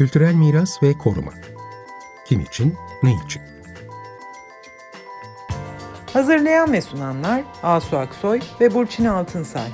Kültürel miras ve koruma. Kim için, ne için? Hazırlayan ve sunanlar Asu Aksoy ve Burçin Altınsay.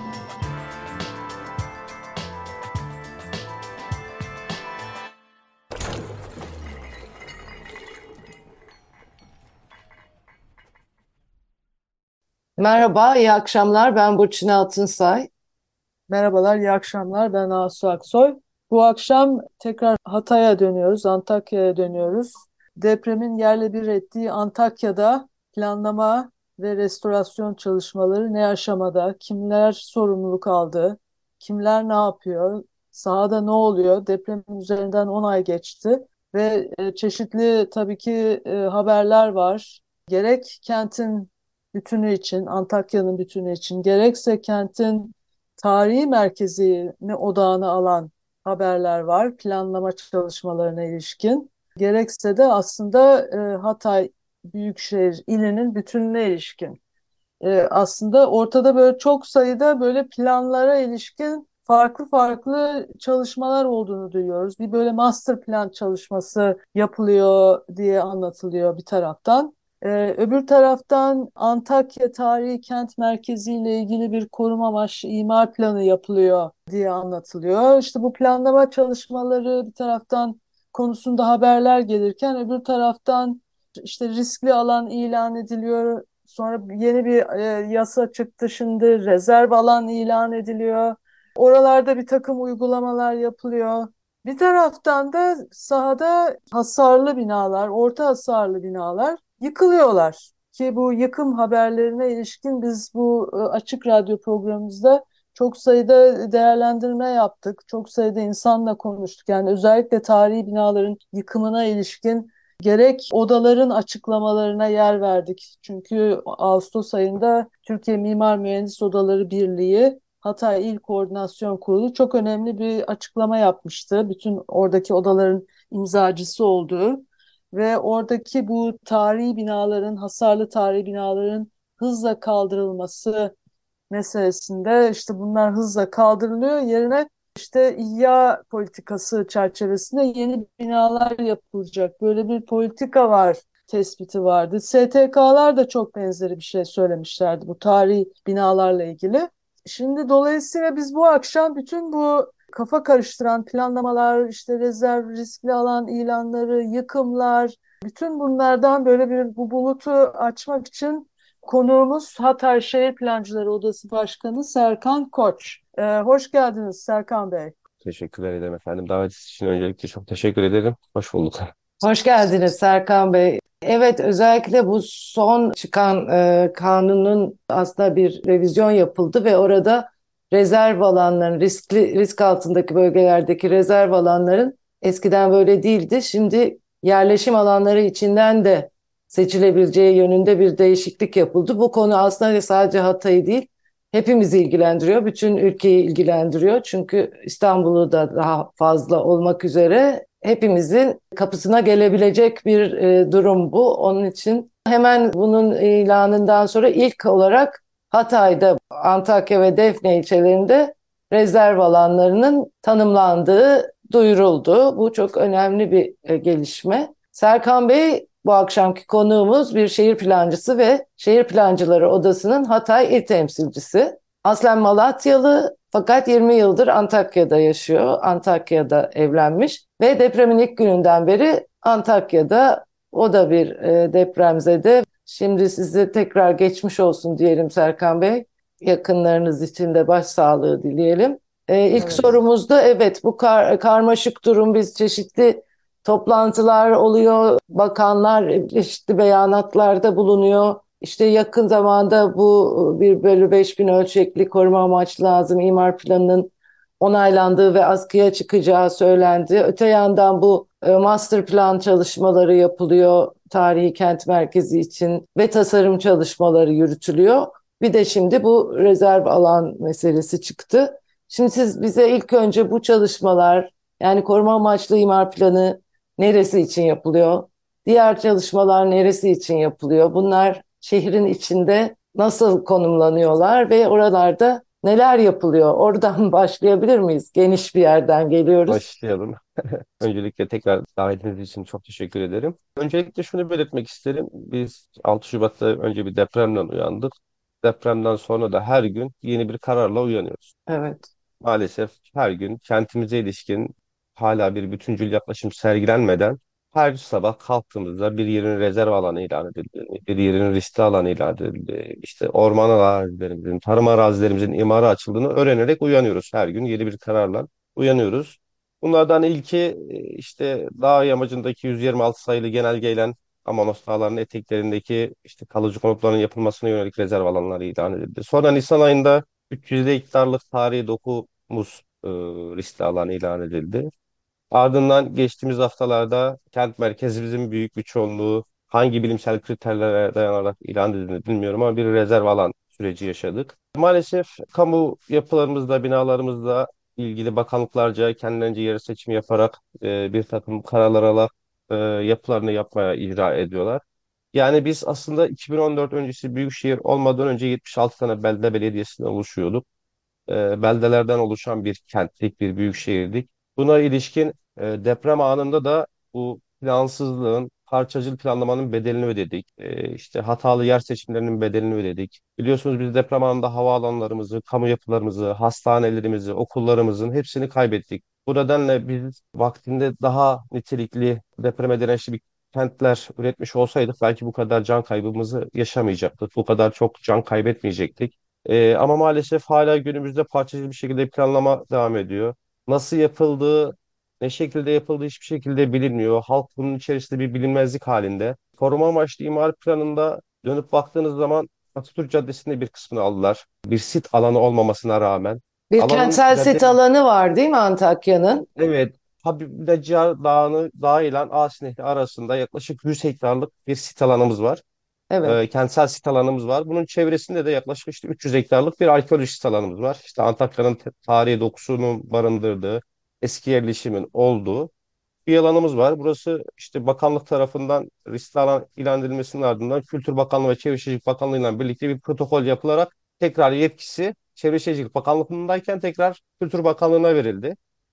Merhaba, iyi akşamlar. Ben Burçin Altınsay. Merhabalar, iyi akşamlar. Ben Asu Aksoy. Bu akşam tekrar Hatay'a dönüyoruz, Antakya'ya dönüyoruz. Depremin yerle bir ettiği Antakya'da planlama ve restorasyon çalışmaları ne aşamada, kimler sorumluluk aldı, kimler ne yapıyor, sahada ne oluyor? Depremin üzerinden 10 ay geçti ve çeşitli tabii ki haberler var. Gerek kentin bütünü için, Antakya'nın bütünü için, gerekse kentin tarihi merkezini odağına alan haberler var planlama çalışmalarına ilişkin. Gerekse de aslında Hatay Büyükşehir ilinin bütününe ilişkin. Aslında ortada böyle çok sayıda böyle planlara ilişkin farklı farklı çalışmalar olduğunu duyuyoruz. Bir böyle master plan çalışması yapılıyor diye anlatılıyor bir taraftan. Öbür taraftan Antakya Tarihi Kent Merkezi ile ilgili bir koruma amaçlı imar planı yapılıyor diye anlatılıyor. İşte bu planlama çalışmaları bir taraftan konusunda haberler gelirken öbür taraftan işte riskli alan ilan ediliyor. Sonra yeni bir yasa çıktı, şimdi rezerv alan ilan ediliyor. Oralarda bir takım uygulamalar yapılıyor. Bir taraftan da sahada hasarlı binalar, orta hasarlı binalar yıkılıyorlar. Ki bu yıkım haberlerine ilişkin biz bu açık radyo programımızda çok sayıda değerlendirme yaptık. Çok sayıda insanla konuştuk. Yani özellikle tarihi binaların yıkımına ilişkin gerek odaların açıklamalarına yer verdik. Çünkü Ağustos ayında Türkiye Mimar Mühendis Odaları Birliği Hatay İl Koordinasyon Kurulu çok önemli bir açıklama yapmıştı. Bütün oradaki odaların imzacısı olduğu ve oradaki bu tarihi binaların, hasarlı tarihi binaların hızla kaldırılması meselesinde işte bunlar hızla kaldırılıyor. Yerine işte İHYA politikası çerçevesinde yeni binalar yapılacak. Böyle bir politika var tespiti vardı. STK'lar da çok benzeri bir şey söylemişlerdi bu tarihi binalarla ilgili. Şimdi dolayısıyla biz bu akşam bütün bu kafa karıştıran planlamalar, işte rezerv, riskli alan ilanları, yıkımlar, bütün bunlardan böyle bir bu bulutu açmak için konuğumuz Hatay Şehir Plancıları Odası Başkanı Serkan Koç. Hoş geldiniz Serkan Bey. Teşekkürler ederim efendim. Davetiniz için öncelikle çok teşekkür ederim. Hoş bulduk. Hoş geldiniz Serkan Bey. Evet, özellikle bu son çıkan kanunun aslında bir revizyon yapıldı ve orada rezerv alanların, risk altındaki bölgelerdeki rezerv alanların eskiden böyle değildi. Şimdi yerleşim alanları içinden de seçilebileceği yönünde bir değişiklik yapıldı. Bu konu aslında sadece Hatay'ı değil, hepimizi ilgilendiriyor, bütün ülkeyi ilgilendiriyor. Çünkü İstanbul'u da daha fazla olmak üzere hepimizin kapısına gelebilecek bir durum bu. Onun için hemen bunun ilanından sonra ilk olarak Hatay'da, Antakya ve Defne ilçelerinde rezerv alanlarının tanımlandığı duyuruldu. Bu çok önemli bir gelişme. Serkan Bey bu akşamki konuğumuz bir şehir plancısı ve Şehir Plancıları Odası'nın Hatay il temsilcisi. Aslen Malatyalı fakat 20 yıldır Antakya'da yaşıyor. Antakya'da evlenmiş ve depremin ilk gününden beri Antakya'da. O da bir depremzede. Şimdi size tekrar geçmiş olsun diyelim Serkan Bey. Yakınlarınız için de başsağlığı dileyelim. İlk Evet. sorumuzda evet bu karmaşık durum, biz çeşitli toplantılar oluyor, bakanlar çeşitli beyanatlarda bulunuyor. İşte yakın zamanda bu 1/5000 ölçekli koruma amaçlı lazım imar planının onaylandığı ve askıya çıkacağı söylendi. Öte yandan bu master plan çalışmaları yapılıyor tarihi kent merkezi için ve tasarım çalışmaları yürütülüyor. Bir de şimdi bu rezerv alan meselesi çıktı. Şimdi siz bize ilk önce bu çalışmalar, yani koruma amaçlı imar planı neresi için yapılıyor? Diğer çalışmalar neresi için yapılıyor? Bunlar şehrin içinde nasıl konumlanıyorlar ve oralarda Neler yapılıyor? Oradan başlayabilir miyiz? Geniş bir yerden geliyoruz. Başlayalım. Öncelikle tekrar davetiniz için çok teşekkür ederim. Öncelikle şunu belirtmek isterim. Biz 6 Şubat'ta önce bir depremle uyandık. Depremden sonra da her gün yeni bir kararla uyanıyoruz. Evet. Maalesef her gün kentimize ilişkin hala bir bütüncül yaklaşım sergilenmeden her sabah kalktığımızda bir yerin rezerv alanı ilan edildi, bir yerin riskli alanı ilan edildi, işte orman arazilerimizin, tarım arazilerimizin imara açıldığını öğrenerek uyanıyoruz. Her gün yeni bir kararla uyanıyoruz. Bunlardan ilki işte dağ yamacındaki 126 sayılı genelgeyle Amanos Dağları'nın eteklerindeki işte kalıcı konutların yapılmasına yönelik rezerv alanları ilan edildi. Sonra Nisan ayında 300'de hektarlık tarihi dokumuz riskli alan ilan edildi. Ardından geçtiğimiz haftalarda kent merkezimizin büyük bir çoğunluğu hangi bilimsel kriterlere dayanarak ilan edildiğini bilmiyorum ama bir rezerv alan süreci yaşadık. Maalesef kamu yapılarımızda, binalarımızda ilgili bakanlıklarca kendilerince yer seçimi yaparak bir takım kararlar alarak yapılarını yapmaya icra ediyorlar. Yani biz aslında 2014 öncesi büyükşehir olmadan önce 76 tane belde belediyesinden oluşuyorduk. Beldelerden oluşan bir kentlik, bir büyük şehirdik. Buna ilişkin deprem anında da bu plansızlığın, parçacıl planlamanın bedelini ödedik. İşte hatalı yer seçimlerinin bedelini ödedik. Biliyorsunuz biz deprem anında havaalanlarımızı, kamu yapılarımızı, hastanelerimizi, okullarımızın hepsini kaybettik. Bu nedenle biz vaktinde daha nitelikli, depreme dirençli bir kentler üretmiş olsaydık belki bu kadar can kaybımızı yaşamayacaktık. Bu kadar çok can kaybetmeyecektik. Ama maalesef hala günümüzde parçacık bir şekilde planlama devam ediyor. Nasıl yapıldığı, ne şekilde yapıldığı hiçbir şekilde bilinmiyor. Halk bunun içerisinde bir bilinmezlik halinde. Koruma amaçlı imar planında dönüp baktığınız zaman Atatürk Caddesi'nde bir kısmını aldılar. Bir sit alanı olmamasına rağmen. Bir Alanın kentsel sit caddenin alanı var değil mi Antakya'nın? evet Habib Necar Dağı'nı Dağı ile Asin Nehri arasında yaklaşık 100 hektarlık bir sit alanımız var. Evet. Kentsel sit alanımız var. Bunun çevresinde de yaklaşık işte 300 hektarlık bir arkeolojik sit alanımız var. İşte Antakya'nın tarihi dokusunun barındırdığı, eski yerleşimin olduğu bir alanımız var. Burası işte bakanlık tarafından riskli alan ilan edilmesinin ardından Kültür Bakanlığı ve Çevre Şehircilik Bakanlığı ile birlikte bir protokol yapılarak tekrar yetkisi Çevre Şehircilik Bakanlığı'ndayken tekrar Kültür Bakanlığı'na verildi.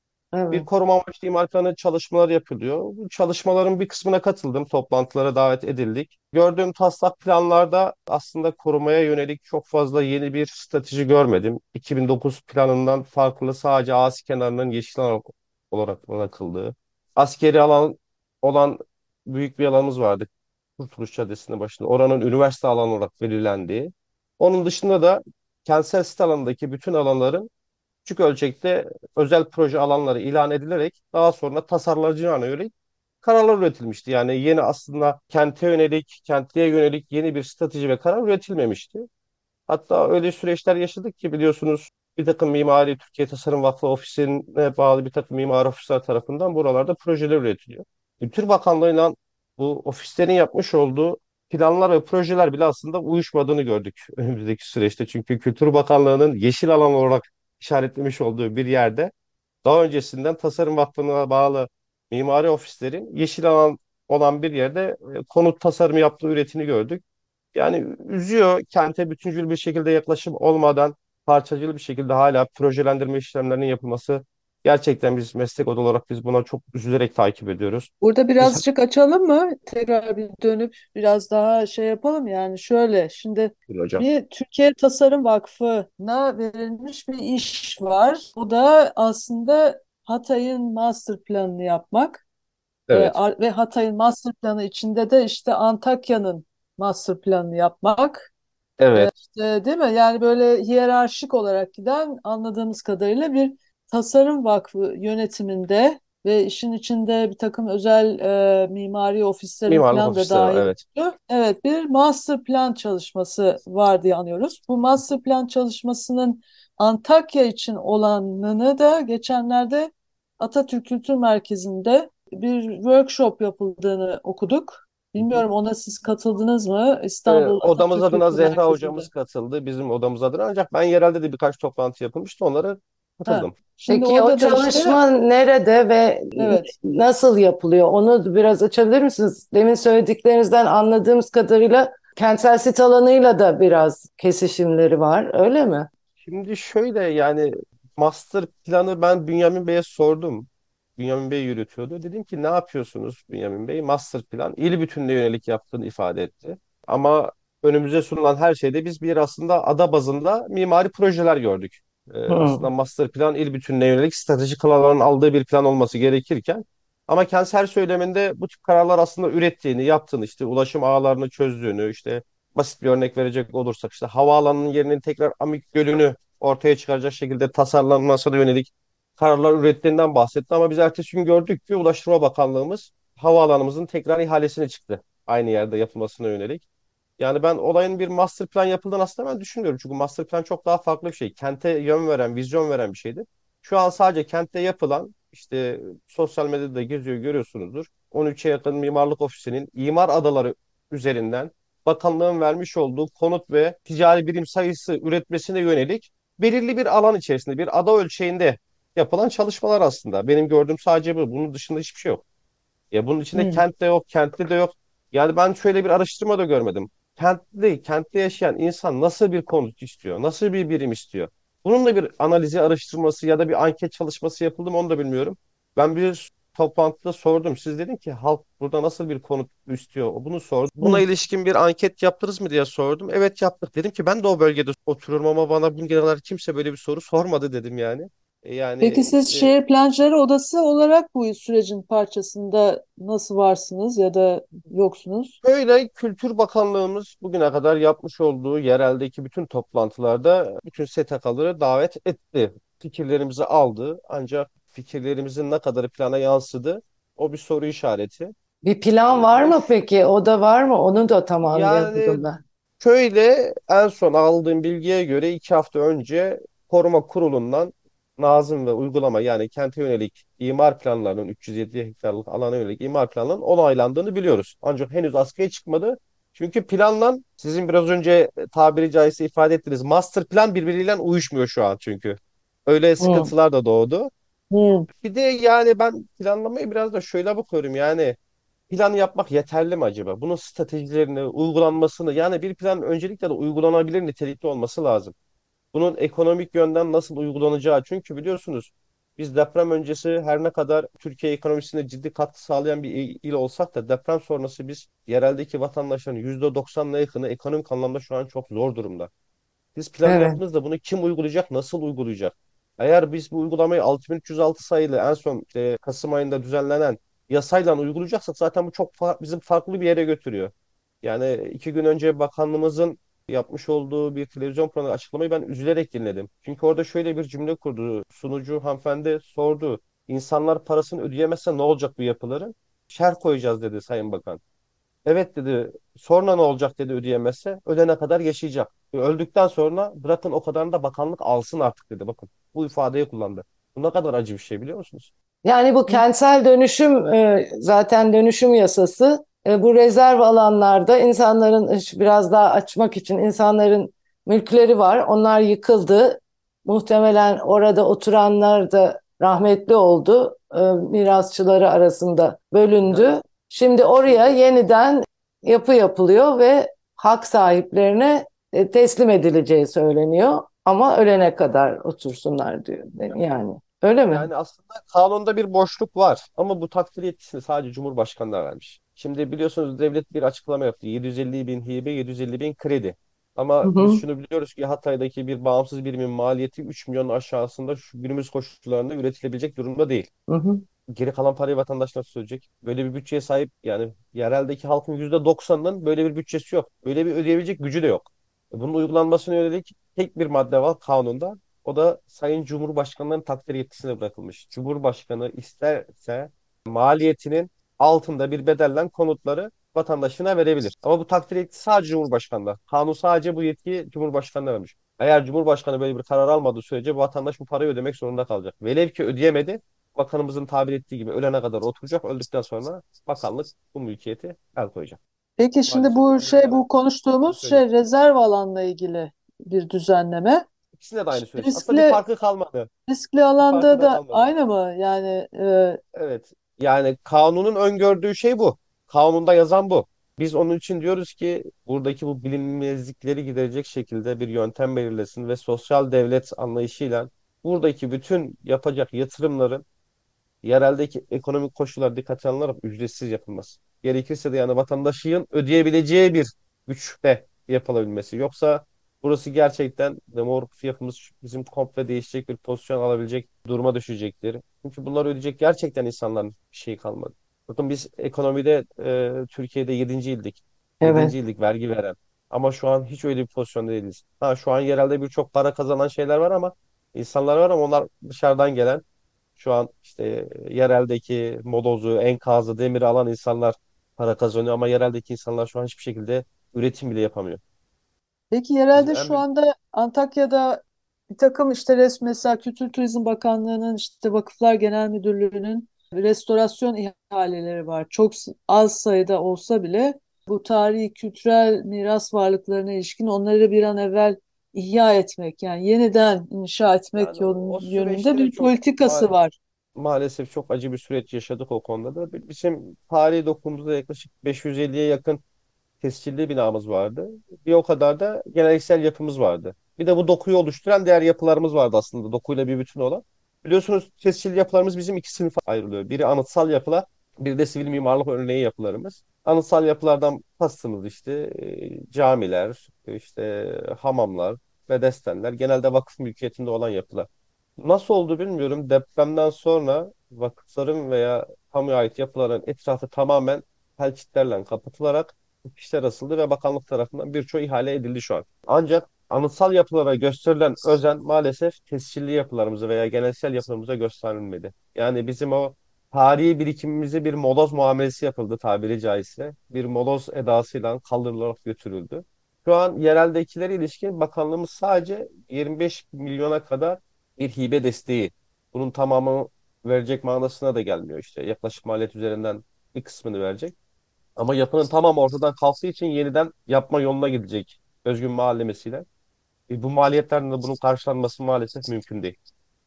Bir Evet. koruma amaçlı imar planı çalışmaları yapılıyor. Bu çalışmaların bir kısmına katıldım. Toplantılara davet edildik. Gördüğüm taslak planlarda aslında korumaya yönelik çok fazla yeni bir strateji görmedim. 2009 planından farklı sadece ağaç kenarının yeşil alan olarak bırakıldığı. Askeri alan olan büyük bir alanımız vardı. Kurtuluş Caddesi'nin başında. Oranın üniversite alanı olarak belirlendiği. Onun dışında da kentsel sit alanındaki bütün alanların küçük ölçekte özel proje alanları ilan edilerek daha sonra tasarlacılarına yönelik kararlar üretilmişti. Yani yeni aslında kente yönelik, kentliğe yönelik yeni bir strateji ve karar üretilmemişti. Hatta öyle süreçler yaşadık ki biliyorsunuz bir takım mimari Türkiye Tasarım Vakfı ofisine bağlı bir takım mimari ofisler tarafından buralarda projeler üretiliyor. Kültür Bakanlığı'yla bu ofislerin yapmış olduğu planlar ve projeler bile aslında uyuşmadığını gördük önümüzdeki süreçte. Çünkü Kültür Bakanlığı'nın yeşil alan olarak işaretlemiş olduğu bir yerde daha öncesinden Tasarım Vakfı'na bağlı mimari ofislerin yeşil alan olan bir yerde konut tasarımı yaptığı üretini gördük. Yani üzüyor kente bütüncül bir şekilde yaklaşım olmadan parçacılı bir şekilde hala projelendirme işlemlerinin yapılması gerçekten biz meslek odaları olarak biz buna çok üzülerek takip ediyoruz. Burada Biz birazcık açalım mı? Tekrar bir dönüp biraz daha şey yapalım. Yani şöyle, şimdi hocam. bir Türkiye Tasarım Vakfı'na verilmiş bir iş var. Bu da aslında Hatay'ın master planını yapmak. Evet. Ve Hatay'ın master planı içinde de işte Antakya'nın master planını yapmak. Evet. İşte, değil mi? Yani böyle hiyerarşik olarak giden anladığımız kadarıyla bir tasarım vakfı yönetiminde ve işin içinde bir takım özel mimari ofislerin Mimarlık falan da ofisleri var. dahil Evet. olduğu, evet, bir master plan çalışması var diye anlıyoruz. Bu master plan çalışmasının Antakya için olanını da geçenlerde Atatürk Kültür Merkezi'nde bir workshop yapıldığını okuduk. Bilmiyorum, ona siz katıldınız mı? İstanbul Odamız Atatürk adına Kültür Zehra hocamız Merkezi'nde. katıldı. Bizim odamız adına ancak ben yerelde de birkaç toplantı yapılmıştı. Onlara Ha. katıldım. Şimdi Peki o orada da işte, çalışma nerede ve evet. nasıl yapılıyor? Onu biraz açabilir misiniz? Demin söylediklerinizden anladığımız kadarıyla kentsel sit alanıyla da biraz kesişimleri var, öyle mi? Şimdi şöyle yani master planı ben Bünyamin Bey'e sordum. Bünyamin Bey yürütüyordu. Dedim ki ne yapıyorsunuz Bünyamin Bey? Master plan il bütününe yönelik yaptığını ifade etti. Ama önümüze sunulan her şeyde biz bir aslında ada bazında mimari projeler gördük. Aslında Hı. master plan il bütününe yönelik stratejik kararların aldığı bir plan olması gerekirken ama kendisi her söyleminde bu tip kararlar aslında ürettiğini, yaptığını, işte ulaşım ağlarını çözdüğünü, işte basit bir örnek verecek olursak işte havaalanının yerinin tekrar Amik Gölü'nü ortaya çıkaracak şekilde tasarlanmasına yönelik kararlar ürettiğinden bahsetti. Ama biz ertesi gün gördük ki Ulaştırma Bakanlığımız havaalanımızın tekrar ihalesine çıktı. Aynı yerde yapılmasına yönelik. Yani ben olayın bir master plan yapıldığını aslında ben düşünmüyorum. Çünkü master plan çok daha farklı bir şey. Kente yön veren, vizyon veren bir şeydi. Şu an sadece kentte yapılan işte sosyal medyada geziyor görüyorsunuzdur. 13'e yakın mimarlık ofisinin imar adaları üzerinden bakanlığın vermiş olduğu konut ve ticari birim sayısı üretmesine yönelik belirli bir alan içerisinde bir ada ölçeğinde yapılan çalışmalar aslında. Benim gördüğüm sadece bu. Bunun dışında hiçbir şey yok. Ya bunun içinde Hı. kent de yok, kentli de yok. Yani ben şöyle bir araştırma da görmedim. Kentte yaşayan insan nasıl bir konut istiyor, nasıl bir birim istiyor? Bunun da bir analizi, araştırması ya da bir anket çalışması yapıldı mı onu da bilmiyorum. Ben bir toplantıda sordum. Siz dedin ki halk burada nasıl bir konut istiyor? Bunu sordum. Buna Hı. ilişkin bir anket yaptınız mı diye sordum. Evet yaptık. Dedim ki ben de o bölgede oturuyorum ama bana bugüne kadar kimse böyle bir soru sormadı dedim yani. Yani Peki siz işte Şehir Plancıları Odası olarak bu sürecin parçasında nasıl varsınız ya da yoksunuz? böyle Kültür Bakanlığımız bugüne kadar yapmış olduğu yereldeki bütün toplantılarda bütün STK'ları davet etti. Fikirlerimizi aldı. Ancak fikirlerimizin ne kadarı plana yansıdı o bir soru işareti. Bir plan var Ve mı peki? O da var mı? Onu da tam yani anlayamadım ben. şöyle en son aldığım bilgiye göre 2 hafta önce Koruma Kurulu'ndan Nazım ve uygulama yani kente yönelik imar planlarının 307 hektarlık alana yönelik imar planlarının onaylandığını biliyoruz. Ancak henüz askıya çıkmadı. Çünkü planla sizin biraz önce tabiri caizse ifade ettiğiniz master plan birbiriyle uyuşmuyor şu an çünkü. Öyle Hı. sıkıntılar da doğdu. Hı. Bir de yani ben planlamayı biraz da şöyle bakıyorum yani plan yapmak yeterli mi acaba? Bunun stratejilerini, uygulanmasını yani bir plan öncelikle de uygulanabilir nitelikte olması lazım. Bunun ekonomik yönden nasıl uygulanacağı. Çünkü biliyorsunuz biz deprem öncesi her ne kadar Türkiye ekonomisine ciddi katkı sağlayan bir il olsak da deprem sonrası biz yereldeki vatandaşların %90'ına yakını ekonomik anlamda şu an çok zor durumda. Siz plan Evet. yaptığınızda bunu kim uygulayacak, nasıl uygulayacak? Eğer biz bu uygulamayı 6306 sayılı en son Kasım ayında düzenlenen yasayla uygulayacaksak zaten bu çok bizim farklı bir yere götürüyor. Yani 2 gün önce bakanlığımızın yapmış olduğu bir televizyon programı açıklamayı ben üzülerek dinledim. Çünkü orada şöyle bir cümle kurdu. Sunucu hanımefendi sordu. İnsanlar parasını ödeyemezse ne olacak bu yapıların? Şerh koyacağız dedi Sayın Bakan. Evet dedi. Sonra ne olacak dedi ödeyemezse. Ölene kadar yaşayacak. Öldükten sonra bırakın o kadarını da bakanlık alsın artık dedi. Bakın bu ifadeyi kullandı. Bu ne kadar acı bir şey biliyor musunuz? Yani bu Hı. kentsel dönüşüm zaten dönüşüm yasası bu rezerv alanlarda insanların biraz daha açmak için insanların mülkleri var. Onlar yıkıldı. Muhtemelen orada oturanlar da rahmetli oldu. Mirasçıları arasında Ya, bölündü. Şimdi oraya şimdi yeniden yapı yapılıyor ve hak sahiplerine teslim edileceği söyleniyor. Ama ölene kadar otursunlar diyor. Yani öyle mi? yani aslında kanunda bir boşluk var ama bu takdir yetkisini sadece Cumhurbaşkanı'na vermiş. Şimdi biliyorsunuz devlet bir açıklama yaptı. 750 bin hibe, 750 bin kredi. Hı Ama biz hı. şunu biliyoruz ki Hatay'daki bir bağımsız birimin maliyeti 3 milyon aşağısında şu günümüz koşullarında üretilebilecek durumda değil. Hı hı. Geri kalan parayı vatandaş nasıl ödeyecek? Böyle bir bütçeye sahip yani yereldeki halkın %90'ının böyle bir bütçesi yok. Böyle bir ödeyebilecek gücü de yok. Bunun uygulanmasına yönelik tek bir madde var kanunda. O da Sayın Cumhurbaşkanı'nın takdir yetkisine bırakılmış. Cumhurbaşkanı isterse maliyetinin altında bir bedellen konutları vatandaşına verebilir. Ama bu takdir yetkisi sadece Cumhurbaşkanı'nda. Kanun sadece bu yetkiyi Cumhurbaşkanı'na vermiş. Eğer Cumhurbaşkanı böyle bir karar almadığı sürece bu vatandaş bu parayı ödemek zorunda kalacak. Velev ki ödeyemedi, bakanımızın tabir ettiği gibi ölene kadar oturacak. Öldükten sonra bakanlık bu mülkiyeti el koyacak. Peki şimdi Maalesef bu bugüne kadar bu konuştuğumuz söylüyorum. rezerv alanla ilgili bir düzenleme. İkisinde de aynı süreç. Aslında bir Riskli farkı kalmadı. riskli Bir farkı alanda da da kalmadı. aynı mı? Yani Evet. Yani kanunun öngördüğü şey bu. Kanunda yazan bu. Biz onun için diyoruz ki buradaki bu bilinmezlikleri giderecek şekilde bir yöntem belirlesin ve sosyal devlet anlayışıyla buradaki bütün yapacak yatırımların yereldeki ekonomik koşullar dikkate alınarak ücretsiz yapılması. Gerekirse de yani vatandaşın ödeyebileceği bir güçte yapılabilmesi. Yoksa burası gerçekten demografik yapımız bizim komple değişecek bir pozisyon alabilecek duruma düşecektir. Çünkü bunları ödeyecek gerçekten insanların bir şeyi kalmadı. Bakın biz ekonomide Türkiye'de yedinci ildik. Evet. Yedinci ildik vergi veren. Ama şu an hiç öyle bir pozisyonda değiliz. Ha, şu an yerelde birçok para kazanan şeyler var ama insanlar var ama onlar dışarıdan gelen şu an işte yereldeki molozu, enkazı, demiri alan insanlar para kazanıyor ama yereldeki insanlar şu an hiçbir şekilde üretim bile yapamıyor. Peki Bizim yerelde en şu büyük anda Antakya'da bir takım işte mesela Kültür Turizm Bakanlığı'nın işte Vakıflar Genel Müdürlüğü'nün restorasyon ihaleleri var. Çok az sayıda olsa bile bu tarihi kültürel miras varlıklarına ilişkin onları bir an evvel ihya etmek yani yeniden inşa etmek yani o yönünde süreçte de bir çok politikası var. maalesef çok acı bir süreç yaşadık o konuda da. Bizim tarihi dokumumuzda yaklaşık 550'ye yakın tescilli binamız vardı. Bir o kadar da geleneksel yapımız vardı. Bir de bu dokuyu oluşturan diğer yapılarımız vardı aslında dokuyla bir bütün olan. Biliyorsunuz tescilli yapılarımız bizim iki sınıfa ayrılıyor. Biri anıtsal yapılar, bir de sivil mimarlık örneği yapılarımız. Anıtsal yapılardan kastımız işte camiler, işte hamamlar ve destenler. Genelde vakıf mülkiyetinde olan yapılar. Nasıl oldu bilmiyorum. Depremden sonra vakıfların veya kamuya ait yapıların etrafı tamamen telçitlerle kapatılarak fişler asıldı ve bakanlık tarafından birçok ihale edildi şu an. Ancak anıtsal yapılara gösterilen özen maalesef tescilli yapılarımıza veya geleneksel yapılarımıza gösterilmedi. Yani bizim o tarihi birikimimize bir moloz muamelesi yapıldı tabiri caizse. Bir moloz edasıyla kaldırılarak götürüldü. Şu an yereldekilere ilişkin bakanlığımız sadece 25 milyona kadar bir hibe desteği. Bunun tamamı verecek manasına da gelmiyor işte. Yaklaşık maliyet üzerinden bir kısmını verecek. Ama yapının tamamı ortadan kalktığı için yeniden yapma yoluna gidecek özgün mallemesiyle. Bu maliyetlerin de bunun karşılanması maalesef mümkün değil.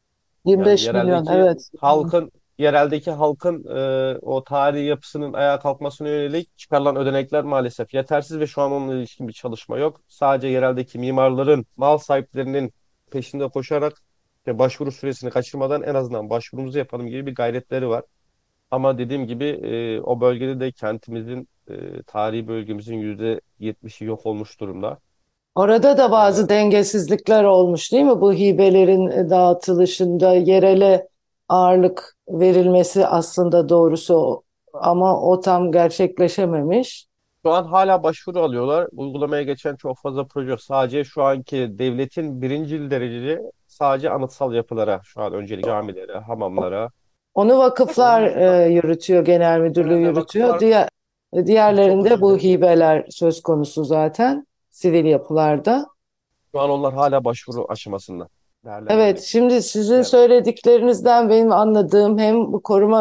Yani 25 milyon evet. yereldeki halkın o tarihi yapısının ayağa kalkmasına yönelik çıkarılan ödenekler maalesef yetersiz ve şu an onunla ilişkin bir çalışma yok. Sadece yereldeki mimarların, mal sahiplerinin peşinde koşarak işte başvuru süresini kaçırmadan en azından başvurumuzu yapalım gibi bir gayretleri var. Ama dediğim gibi o bölgede de kentimizin, tarihi bölgemizin %70'i yok olmuş durumda. Orada da E, bazı dengesizlikler olmuş değil mi? Bu hibelerin dağıtılışında yerele ağırlık verilmesi aslında doğrusu ama o tam gerçekleşememiş. Şu an hala başvuru alıyorlar. Uygulamaya geçen çok fazla proje yok. Sadece şu anki devletin birincil dereceli sadece anıtsal yapılara, şu an öncelik camilere, hamamlara. Onu vakıflar Onun dışında yürütüyor, genel müdürlüğü genelde yürütüyor. vakıflar çok Diğerlerinde özür bu dilerim. hibeler söz konusu zaten sivil yapılarda. Şu an onlar hala başvuru aşamasında. Evet, Değerlendiriliyor. şimdi sizin Yani söylediklerinizden benim anladığım hem bu koruma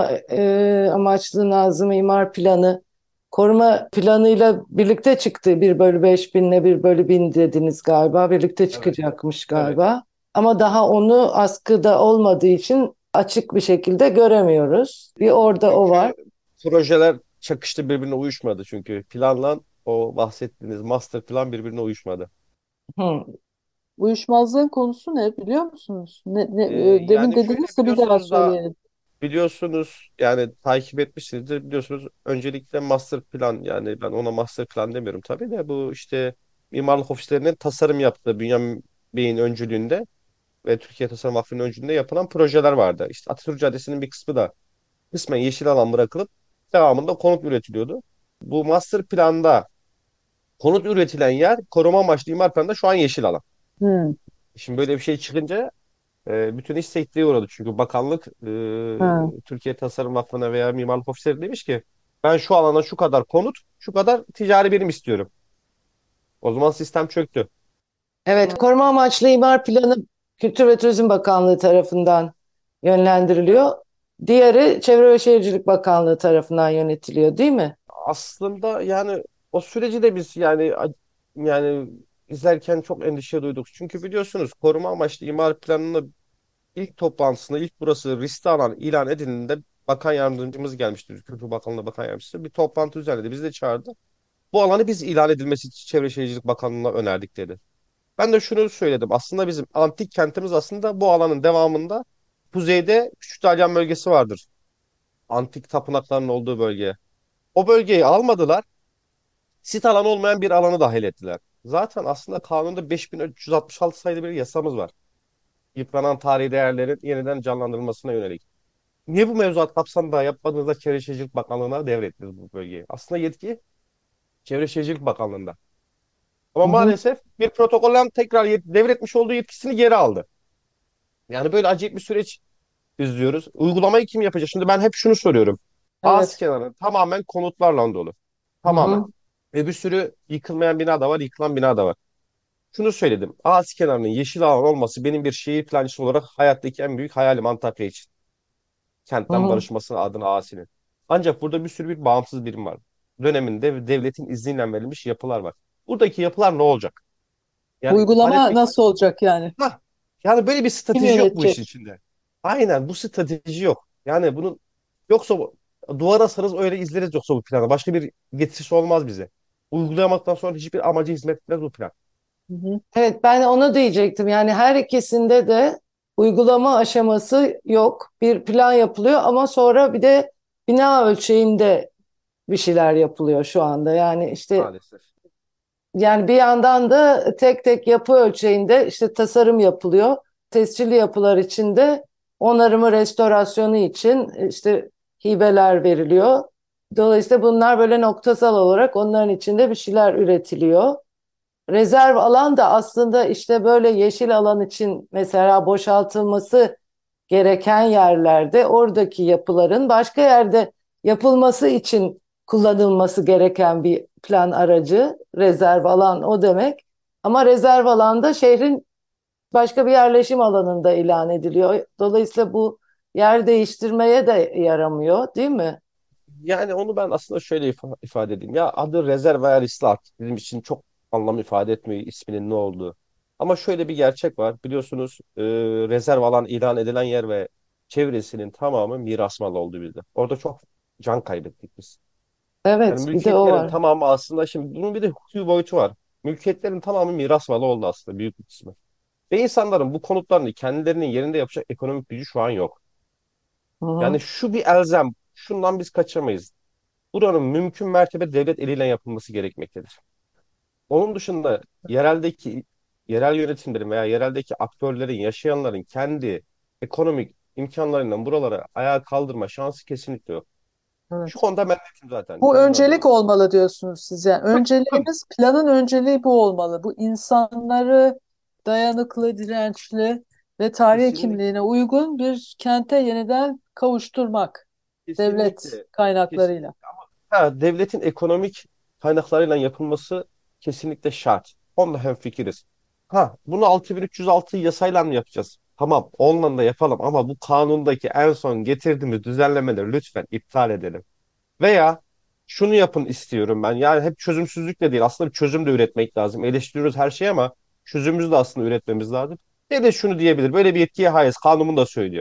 amaçlı Nazım İmar Planı, koruma planıyla birlikte çıktı. 1/5000'le 1/1000 dediniz galiba. Birlikte evet, çıkacakmış evet. galiba. Ama daha onu askıda olmadığı için açık bir şekilde göremiyoruz. Bir orada o var. Çünkü projeler çakıştı birbirine uyuşmadı çünkü planla o bahsettiğiniz master plan birbirine uyuşmadı. Hı. Uyuşmazlığın konusu ne biliyor musunuz? Demin Yani şöyle dediniz de bir daha söyleyelim. biliyorsunuz yani takip etmişsinizdir biliyorsunuz öncelikle master plan yani ben ona master plan demiyorum tabii de bu işte mimarlık ofislerinin tasarım yaptığı Bünyamin Bey'in öncülüğünde ve Türkiye Tasarım Vakfı'nın öncülüğünde yapılan projeler vardı. İşte Atatürk Caddesi'nin bir kısmı da kısmen yeşil alan bırakılıp devamında konut üretiliyordu. Bu master planda konut üretilen yer koruma amaçlı imar planında şu an yeşil alan. Hmm. Şimdi böyle bir şey çıkınca bütün iş sekteye uğradı. Çünkü bakanlık Ha. Türkiye Tasarım Vakfı'na veya mimarlık ofisleri demiş ki ben şu alana şu kadar konut, şu kadar ticari birim istiyorum. O zaman sistem çöktü. Evet, koruma amaçlı imar planı Kültür ve Turizm Bakanlığı tarafından yönlendiriliyor. Diğeri Çevre ve Şehircilik Bakanlığı tarafından yönetiliyor, değil mi? Aslında yani o süreci de biz yani izlerken çok endişe duyduk. Çünkü biliyorsunuz koruma amaçlı imar planının ilk toplantısında ilk burası riskli alan ilan edildiğinde bakan yardımcımız gelmişti. Kültür Bakanlığı Bakan Yardımcısı bir toplantı düzenledi. Bizi de çağırdı. Bu alanı biz ilan edilmesi için Çevre Şehircilik Bakanlığı'na önerdik dedi. Ben de şunu söyledim. Aslında bizim antik kentimiz aslında bu alanın devamında kuzeyde Küçükdalyan bölgesi vardır. Antik tapınakların olduğu bölge. O bölgeyi almadılar. Sit alanı olmayan bir alanı dahil ettiler. Zaten aslında kanunda 5366 sayılı bir yasamız var. Yıpranan tarihi değerlerin yeniden canlandırılmasına yönelik. Niye bu mevzuat kapsamında yapmadığınızda Çevre Şehircilik Bakanlığı'na devrettiniz bu bölgeyi? Aslında yetki Çevre Şehircilik Bakanlığı'nda. Ama Hı hı. maalesef bir protokolden tekrar devretmiş olduğu yetkisini geri aldı. Yani böyle acayip bir süreç izliyoruz. Uygulamayı kim yapacak? Şimdi ben hep şunu soruyorum. Ağız Evet. kenarı tamamen konutlarla dolu. Hı Tamamen. hı. Ve bir sürü yıkılmayan bina da var, yıkılan bina da var. Şunu söyledim. Ağız kenarının yeşil alan olması benim bir şehir plancısı olarak hayattaki en büyük hayalim Antakya için. Hı Kentten hı. barışmasına adına Asi'nin. Ancak burada bir sürü bir bağımsız birim var. Döneminde devletin izniyle verilmiş yapılar var. Buradaki yapılar ne olacak? Yani ifade Uygulama etmek nasıl olacak yani? Hah, yani böyle bir Kim strateji yok bu işin yönetecek? içinde. Aynen bu strateji yok. Yani bunun yoksa duvara asarız öyle izleriz yoksa bu planı. Başka bir getirisi olmaz bize. Uygulamaktan sonra hiçbir amaca hizmet etmez bu plan. Hı hı. Evet, ben onu diyecektim. Yani her ikisinde de uygulama aşaması yok. Bir plan yapılıyor ama sonra bir de bina ölçeğinde bir şeyler yapılıyor şu anda. Yani işte Maalesef. yani bir yandan da tek tek yapı ölçeğinde işte tasarım yapılıyor. Tescilli yapılar için de onarımı, restorasyonu için işte hibeler veriliyor. Dolayısıyla bunlar böyle noktasal olarak onların içinde bir şeyler üretiliyor. Rezerv alan da aslında işte böyle yeşil alan için mesela boşaltılması gereken yerlerde oradaki yapıların başka yerde yapılması için kullanılması gereken bir plan aracı. Rezerv alan o demek. Ama rezerv alanda şehrin başka bir yerleşim alanında ilan ediliyor. Dolayısıyla bu yer değiştirmeye de yaramıyor, değil mi? Yani onu ben aslında şöyle ifade edeyim. Ya adı rezerv veya riskli artık bizim için çok anlam ifade etmiyor isminin ne olduğu. Ama şöyle bir gerçek var. Biliyorsunuz rezerv alan ilan edilen yer ve çevresinin tamamı miras malı oldu bizde. Orada çok can kaybettik biz. Yani Evet, bir de o mülkiyetlerin var. tamamı aslında şimdi bunun bir de hukuki boyutu var. Mülkiyetlerin tamamı miras malı oldu aslında büyük bir kısmı. Ve insanların bu konutlarını kendilerinin yerinde yapacak ekonomik gücü şu an yok. Hı Yani hı. şu bir elzem, şundan biz kaçamayız. Buranın mümkün mertebe devlet eliyle yapılması gerekmektedir. Onun dışında yerel yönetimlerin veya yereldeki aktörlerin, yaşayanların kendi ekonomik imkanlarından buralara ayağa kaldırma şansı kesinlikle yok. Şu Evet. konuda ben netim zaten Bu çözüm öncelik adına. olmalı diyorsunuz siz. Yani Tabii. önceliğimiz, planın önceliği bu olmalı. Bu insanları dayanıklı, dirençli ve tarihi kimliğine Kesinlikle, uygun bir kente yeniden kavuşturmak devlet kesinlikle, kaynaklarıyla. kesinlikle. Ha, devletin ekonomik kaynaklarıyla yapılması kesinlikle şart. Onunla hemfikiriz. Ha, bunu 6306 yasayla mı yapacağız? Tamam, onunla da yapalım ama bu kanundaki en son getirdiğimiz düzenlemeleri lütfen iptal edelim. Veya şunu yapın istiyorum ben. Yani hep çözümsüzlük de değil. Aslında bir çözüm de üretmek lazım. Eleştiriyoruz her şeyi ama çözümümüzü de aslında üretmemiz lazım. Devlet şunu diyebilir. Böyle bir yetkiye hayır. Kanunun da söylüyor.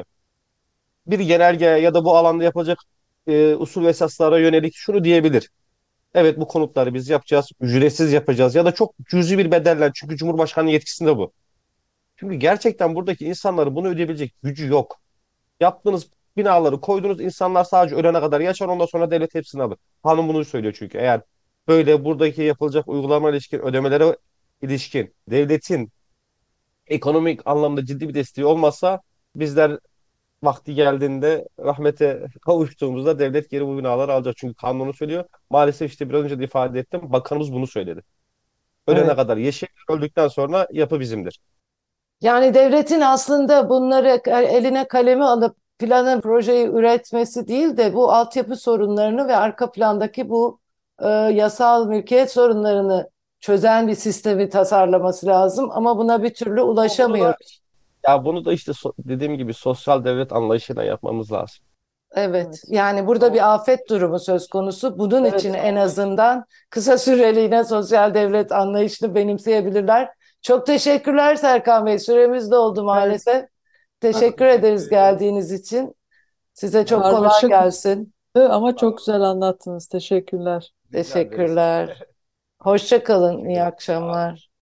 Bir genelgeye ya da bu alanda yapılacak usul ve esaslara yönelik şunu diyebilir. Evet bu konutları biz yapacağız, ücretsiz yapacağız ya da çok cüzi bir bedelle çünkü Cumhurbaşkanı yetkisinde bu. Çünkü gerçekten buradaki insanların bunu ödeyebilecek gücü yok. Yaptığınız binaları koydunuz insanlar sadece ölene kadar yaşar ondan sonra devlet hepsini alır. Kanun bunu söylüyor çünkü eğer böyle buradaki yapılacak uygulama ilişkin ödemelere ilişkin devletin ekonomik anlamda ciddi bir desteği olmazsa bizler vakti geldiğinde rahmete kavuştuğumuzda devlet geri bu binaları alacak. Çünkü kanunu söylüyor. Maalesef işte biraz önce de ifade ettim. Bakanımız bunu söyledi. Ölene Evet. kadar yeşil, öldükten sonra yapı bizimdir. Yani devletin aslında bunları eline kalemi alıp planı, projeyi üretmesi değil de bu altyapı sorunlarını ve arka plandaki bu yasal mülkiyet sorunlarını çözen bir sistemi tasarlaması lazım. Ama buna bir türlü Ama bunu da ulaşamıyoruz. bunu da işte dediğim gibi sosyal devlet anlayışıyla yapmamız lazım. Evet, Evet. yani burada Ama bir afet durumu söz konusu. Bunun için Evet. en azından kısa süreliğine sosyal devlet anlayışını benimseyebilirler. Çok teşekkürler Serkan Bey. Süremiz doldu Evet. maalesef. ben Teşekkür teşekkür ederiz ederim. geldiğiniz için. Size çok Ben de kolay Karmaşık gelsin. ama sağ çok olun. güzel anlattınız. Teşekkürler. Rica ederiz. Teşekkürler. Hoşça kalın, iyi akşamlar.